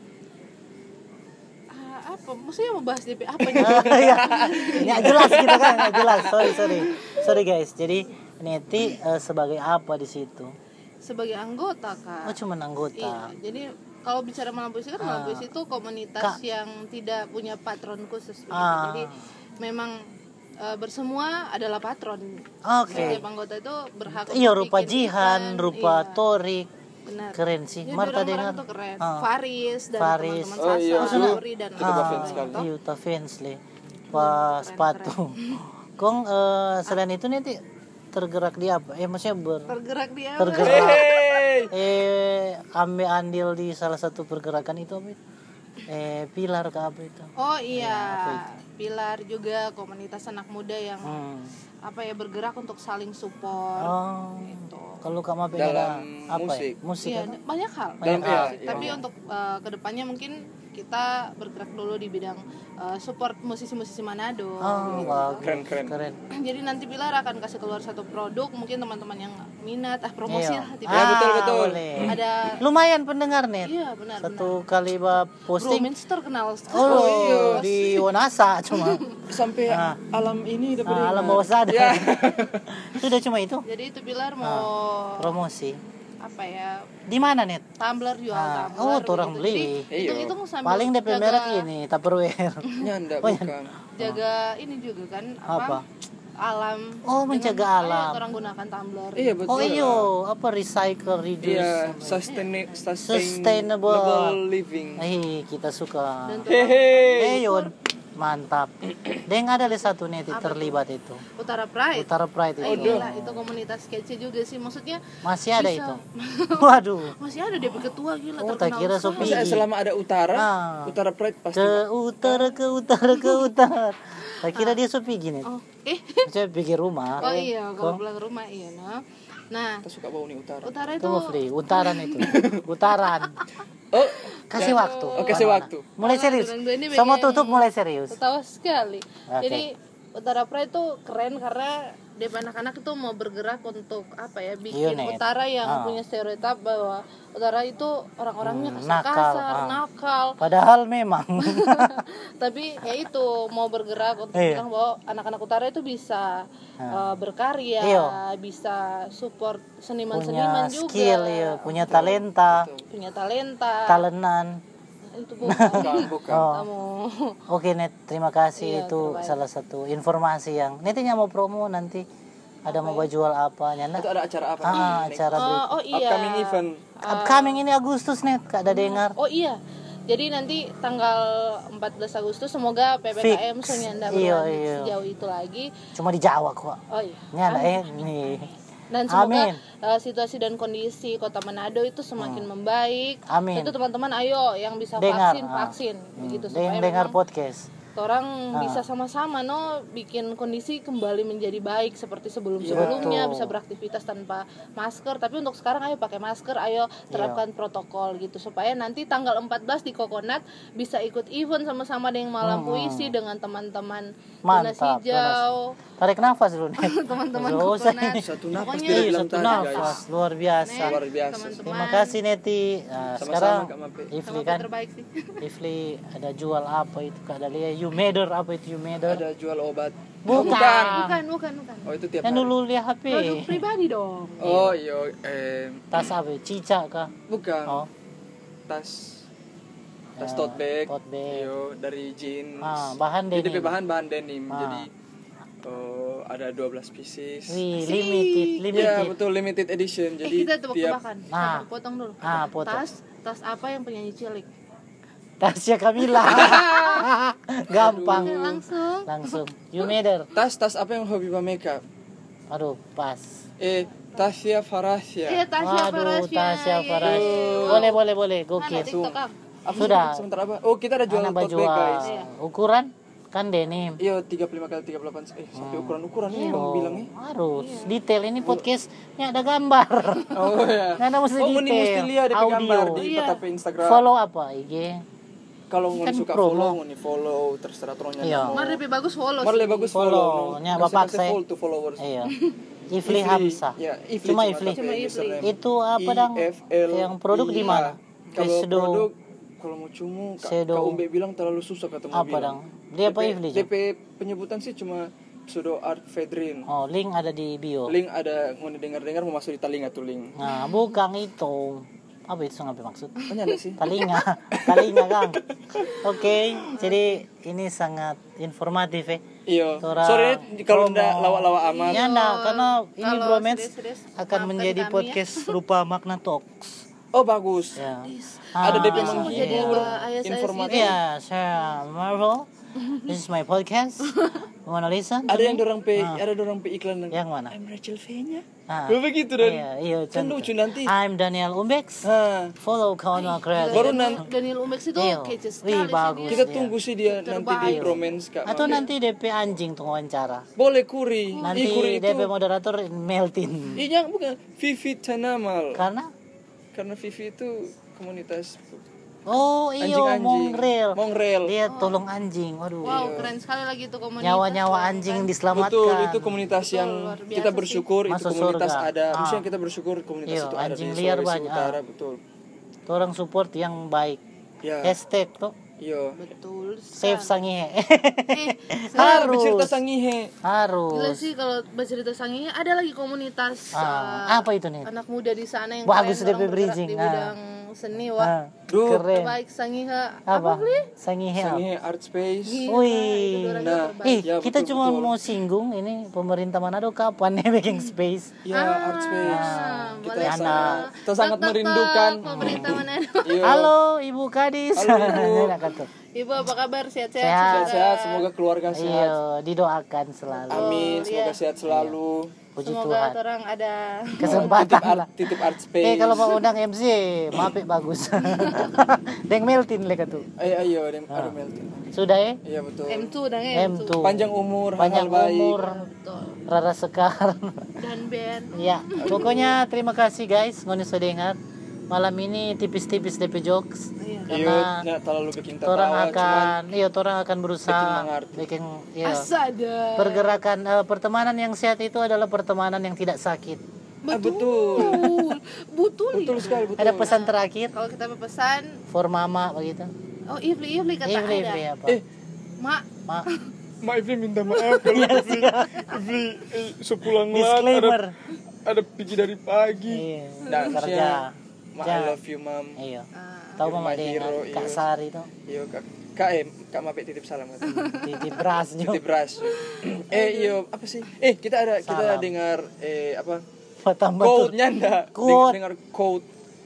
Ah, apa? Maksudnya mau bahas D P apa nih? Ya, nggak jelas kita kan nggak jelas. Sorry sorry sorry guys. Jadi neti eh, sebagai apa di situ? Sebagai anggota Kak. Oh cuma anggota. Iya, jadi kalau bicara malam puisi kan malam Ah. puisi itu komunitas Kak. yang tidak punya patron khusus begitu. Ah. Jadi memang e, bersemua adalah patron. Oke. Setiap anggota itu berhak Iya untuk rupa bikin jihan, event. rupa Iya, torik. benar. Keren sih. Jadi Marta orang-orang dengar. tuh keren. Ah. Faris dan Faris. teman-teman Oh, Sasa, iya, dan itu Nuri dan kita lain-lain ngefans sekali. toh. Iya, ta fans le. Pas Keren, sepatu. Kong eh, selain itu nanti tergerak di apa? Eh maksudnya ber Tergerak dia. tergerak. Hey. Eh ambil andil di salah satu pergerakan itu apa itu? Eh pilar ke apa itu? Oh iya, apa Pilar juga komunitas anak muda yang Hmm. apa ya bergerak untuk saling support. Oh. Gitu. Kalau kamu apa Dalam apa musik. Ya? Musik Iya, kan? banyak hal. Banyak Dalam hal. iya, Tapi iya. untuk uh, kedepannya mungkin kita bergerak dulu di bidang uh, support musisi-musisi Manado. Oh, gitu. wah, Keren, keren. keren. Jadi nanti Pilar akan kasih keluar satu produk, mungkin teman-teman yang minat, ah promosi Iya. lah. Tipe. Ya, betul, betul. Boleh. Ada, Lumayan pendengar nih. iya benar. Satu kali bah benar. posting. Bro Minster kenal sekali. Oh, iya. di Wonasa cuma. Sampai Ah. alam ini dapat Ah, alam dengar. bawah sadar. Ya. Sudah cuma itu. Jadi itu Pilar mau Ah. Promosi. apa ya? Di mana net? Tumbler jual Ah, tumbler. oh, orang gitu. beli. Jadi Iya. hitung-hitung sambil Paling D P jaga- merek ini Tupperware. Nyanda Oh, ya. bukan. jaga ini juga kan apa, Apa? alam Oh, menjaga dengan- alam. ayo orang gunakan tumbler. Iya betul. Oh iyo, apa recycle, reduce. Iya, sustain- Sustainable. sustainable living. Eh, kita suka. Dan Hehe. Eh, yon. Mantap. Deng ada deh satu neti terlibat itu. Utara Pride. Utara Pride Eh, itu. gila, itu komunitas kece juga sih. Maksudnya Masih ada bisa- itu. Waduh. masih ada D P ketua gila Oh, tak terkenal kira sekali. Sopi. Masa selama ada utara, Ah. utara pride pasti. Ke utara, ke utara, ke utara. Tak kira dia sepi gini. Oh, eh. Saya pikir rumah. Oh iya, kalau Kong, pulang ke rumah iya nah. Nah, Kita suka bau nih utara. utara itu tunggu Fli, utaran itu. Utaran. Oh, Kasih waktu. Oh, kasih Mana-mana. waktu. Mulai Oh, serius. orang dua ini Sama pengen- tutup mulai serius. ketawa sekali. Oke. Jadi Utara Pride itu keren karena D P anak-anak itu mau bergerak untuk apa ya bikin Unit. utara yang Ah. punya stereotip bahwa utara itu orang-orangnya Hmm, kasar-kasar, nakal, ah. nakal. Padahal memang. Tapi ya itu mau bergerak untuk Iya. bilang bahwa anak-anak utara itu bisa uh, berkarya, Iya. bisa support punya seniman-seniman juga, skill ya, punya talenta, punya talenta. talenan. Itu bukan Bukan, bukan. Oh. kamu. Oke Net, terima kasih Iya, itu terbaik. salah satu informasi yang Netnya mau promo nanti ada mau jual apa nyana. Itu ada acara apa? Ah, nih? acara Oh, berikut. oh iya. Upcoming event. Upcoming ini Agustus Net, Kak ada dengar. Oh iya. Jadi nanti tanggal empat belas Agustus semoga P P K M Fix. Sunyanda Iya, berlanjut iya. sejauh itu lagi. Cuma di Jawa kok. Oh iya. Nyana eh nih. Dan semoga Amin. uh, situasi dan kondisi Kota Manado itu semakin membaik. Amin. Itu teman-teman ayo yang bisa Dengar, vaksin ah. vaksin Hmm, begitu deng- supaya dengar memang podcast. orang Ah. bisa sama-sama no bikin kondisi kembali menjadi baik seperti sebelum-sebelumnya, Betul. bisa beraktivitas tanpa masker. Tapi untuk sekarang ayo pakai masker, ayo terapkan protokol gitu supaya nanti tanggal empat belas di Kokonat bisa ikut event sama-sama dengan malam Hmm. puisi dengan teman-teman Mantap, Tunas Hijau, Tarik nafas dulu Net. teman-teman Nggak usah Kokonat. ini. Satu nafas Pokoknya dia Ih, bilang satu tadi, nafas luar biasa. Nek, Luar biasa. teman-teman. Terima kasih Neti. Nah, Sama-sama, sekarang Kak Mape. Ifli Sama kan, terbaik sih. Ifli ada jual apa itu Kak Dalia? Humidor apa itu humidor? Ada jual obat. Bukan. Oh, bukan. Bukan, bukan, bukan. Oh, itu tiap Yang hari. dulu lihat H P. Produk pribadi dong. Oh, iya, eh Tas apa? Cica kah? bukan. Oh, Tas tas Ya, tote bag. tote bag. Iyo, dari jeans. Ah, bahan Jadi denim. bahan bahan denim. Ah. Jadi eh, ada dua belas pieces. Wih, limited, Iya, limited. betul limited edition. Eh Jadi kita tiap tebak-tebakan. Nah. Nah. Potong dulu. Ah, potong. Tas, tas apa yang penyanyi cilik? Tasya Kamila. Gampang. Oke, langsung. Langsung. Humidor. tas tas apa yang hobi makeup? Aduh, pas. Eh, Tasya Iya, Farasya. Tasya Waduh, Farasya. Tasya Yeay. Farasya. Boleh, boleh, boleh. Mana Gokil. TikTok, Kang? Apa Sudah. Sebentar apa? Oh, kita ada jual Anak tote baju bag, guys. Iya. ukuran kan denim. Iya, tiga puluh lima kali tiga puluh delapan. Eh, sampai ukuran-ukuran ini Oh, Bang bilangnya. harus detail ini podcastnya ada gambar. Oh ya. Nggak ada mesti Oh, mending detail. mesti lihat di Audio. gambar di Iya. P T P Instagram. Follow apa I G? kalau mau Kan suka promo. follow mau nih follow terserah tronnya. Iya. Mar lebih bagus follow Mar sih. lebih bagus Follow. follow. Nya, Kasih- bapak kasih saya. follow to followers. Iya. Ifli Hamzah. Ya, Ifli Cuma Ifli. tapi Cuma Ifli. username. Itu apa dang? I F L Yang produk di mana? Kalau Pseudo- produk kalau mau cumu Kak, Pseudo- Kak Umbe bilang terlalu susah ketemu Apa bilang. dang? Dia apa D P Ifli? D P penyebutan sih cuma pseudo art Fedrin. Oh, link ada di bio. Link ada mau dengar-dengar mau masuk di telinga tuh link. Nah, bukan itu. Apa itu apa maksud? Apa ada sih? Telinga, telinga Kang. Oke, jadi ini sangat informatif ya. Iya. Tora Sorry kalau promo. ndak lawak-lawak amat. Ya enggak, karena ini Kalau bromance serius-serius, akan maafkan menjadi kami podcast berupa makna talks. Oh bagus. Ya. Ada D P Ah, menghibur, Jadi, ayat-ayat informatif. Iya, saya Marvel. This is my podcast. You wanna listen? to Ada yang me? dorang pe, ada dorang pe iklan yang Yang mana? I'm Rachel V-nya. Ah. Oh, begitu dan. Iya, iya, Kan contoh. lucu nanti. I'm Daniel Umbex. Nah, Follow kawan kreatif. Baru nanti Daniel Umex itu Iya. kece Wih, sekali sih bagus. dia. kita Iya. tunggu sih dia nanti di Terbaik. bromance Kak. Atau Mami. nanti D P anjing tuh wawancara. Boleh kuri. Nanti Ih, kuri D P itu. moderator meltin. Iya bukan Vivi Tanamal. Karena Karena Vivi itu komunitas oh iyo anjing-anjing. mongrel. Mongrel. Dia tolong anjing. Waduh. Wow, keren sekali lagi itu komunitas. Nyawa-nyawa kan. anjing diselamatkan. Betul, itu komunitas Betul, yang luar biasa kita sih. bersyukur itu Masuk komunitas surga. ada. Ah. Maksudnya kita bersyukur komunitas Iya, itu ada anjing di liar Sulawesi banyak. Utara, betul. Orang support yang baik. Ya. Hashtag tuh Iya. Betul. save sekali. sangihe. Eh, Ah, Harus. bercerita sangihe. Gila Harus. sih kalau bercerita sanginya ada lagi komunitas Ah, uh, apa itu nih? anak muda di sana yang Bagus keren, D P orang bergerak bridging, di ah. bidang seni wah. Ah, Duh. keren. Terbaik sangiha Apa? beli? Sangihe. apa? Sangihe Art Space. Gila, Wih. itu orangnya Nah, terbaik. Ih, Ya, kita betul, cuma betul. mau singgung ini pemerintah Manado kapan nih making space? Ya, Art Space. Ah, Kita boleh sangat- tuh. kita sangat Tek, tek, tek, merindukan. pemerintah Manado. Iya. Halo Ibu Kadis. Halo, Ibu. Enak kan tuh. Ibu apa kabar? Sehat-sehat? Sehat. semoga. Sehat-sehat, semoga keluarga sehat. Iya, didoakan selalu. Amin, Oh, semoga iya. sehat selalu. Puji Semoga Tuhan. orang ada Kesempatan Titip lah. art, titip art space. Eh kalau mau undang M C, maaf ya bagus. Deng meltin leka tuh. Ayo, ayo, ada Ah. ada melting. Sudah ya? Iya betul. M dua dan M M dua. tuh. Panjang umur, Panjang hal-hal baik. umur, Betul. rara sekar. Dan band. Ya, pokoknya terima kasih guys, ngoni sudah dengar. Malam ini tipis-tipis D P jokes. Iya. Iya, Karena nggak terlalu bikin tertawa, orang cuman akan, iya, orang akan berusaha bikin mengerti. bikin, iya. Asada. Pergerakan eh, pertemanan yang sehat itu adalah pertemanan yang tidak sakit. Ah, betul. Betul. Betul sekali, betul. Ada pesan terakhir Kalau kita berpesan, for mama begitu. oh Ifli Ifli kata Ifli, ada. Ifli apa? Eh, Mak, Ma, Ma Ifli minta maaf kalau Ifli, Ifli eh, sepulang lat disclaimer. ada, ada pergi dari pagi. Iya, Nah, kerja. Ma, I Jangan. love you, Mam. Iya. ah, Tahu You're mama my dia hero, Kak iya. Sari itu Iya, Kak. Kak eh, Kak Mape titip salam kata. di, di beras juga. Titip ras. eh, iya, apa sih? Eh, kita ada kita Salam. dengar eh apa? Tambah tuh. Quote-nya enggak? Quote. Dengar quote.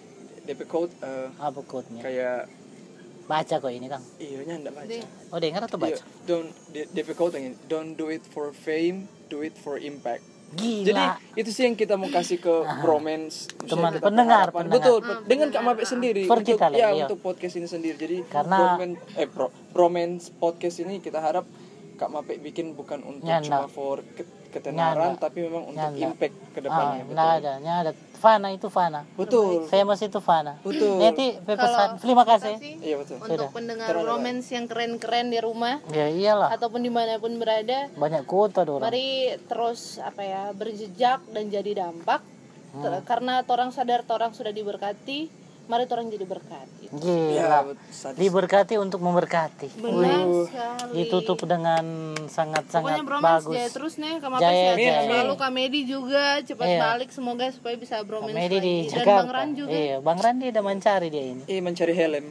D P quote eh, Apa quote-nya? kayak Baca kok ini, Kang. iya nya enggak baca. Ding. Oh, dengar atau Iya, baca? don't D- DP quote yang ini. Don't do it for fame, do it for impact. Gila. Jadi itu sih yang kita mau kasih ke bromance Teman- Kita pendengar, berharapan. pendengar. Betul, dengan Kak Mape sendiri For untuk kita lah, ya iya. untuk podcast ini sendiri. Jadi Karena- bromance eh bro, bromance podcast ini kita harap Kak Mape bikin bukan untuk Nyanda. cuma for ke- ketenaran Nyanda. tapi memang untuk Nyanda. impact ke Ah, depannya. enggak ada, enggak ada. Fana itu Fana. Betul. Famous itu Fana. Betul. Nanti pepesan. Terima kasih. Iya betul. untuk Sudah. pendengar Terus ada. romance yang keren-keren di rumah Ya iyalah. ataupun dimanapun berada, Banyak kuota dorang. mari terus apa ya berjejak dan jadi dampak. Hmm. Ter- Karena orang sadar orang sudah diberkati, mari orang jadi berkat. Itu. Ya, Gila. betul. Sadis. Diberkati untuk memberkati. Benar Wih. sekali. Ditutup dengan sangat-sangat Pokoknya bromance bagus. jaya terus nih, Kak Jaya, sehat jaya. selalu, Kak Medi juga cepat Iya. balik semoga supaya bisa bromance Medi di lagi. Dan Jakarta. Bang Ran juga. Iya, Bang Ran dia udah mencari dia ini. Eh mencari helm.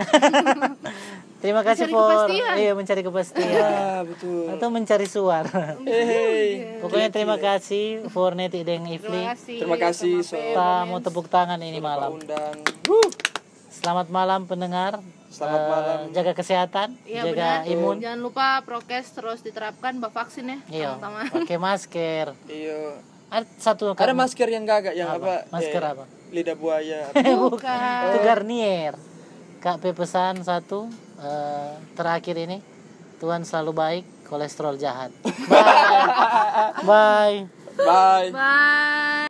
Terima kasih Mencari for kepastian. iya mencari kepastian Ya, betul. atau mencari suara. Eh, hey. Pokoknya terima kasih for Neti dan Ifli. Terima kasih. Terima kasih, Kak so- Mape, Kita bromance. mau tepuk tangan ini Pak malam. undang. Selamat malam pendengar. Selamat Eh, malam. Jaga kesehatan, Iya jaga benar. imun. Jangan lupa prokes terus diterapkan, mbak vaksin ya. Iya. Sama-sama. Pakai masker. Iya. Ada satu Ada masker yang gagak yang Apa? apa? Masker eh, apa? Lidah buaya. Bukan. Itu Garnier. Kak P pesan satu eh, terakhir ini. Tuhan selalu baik, kolesterol jahat. Bye. Bye. Bye. Bye.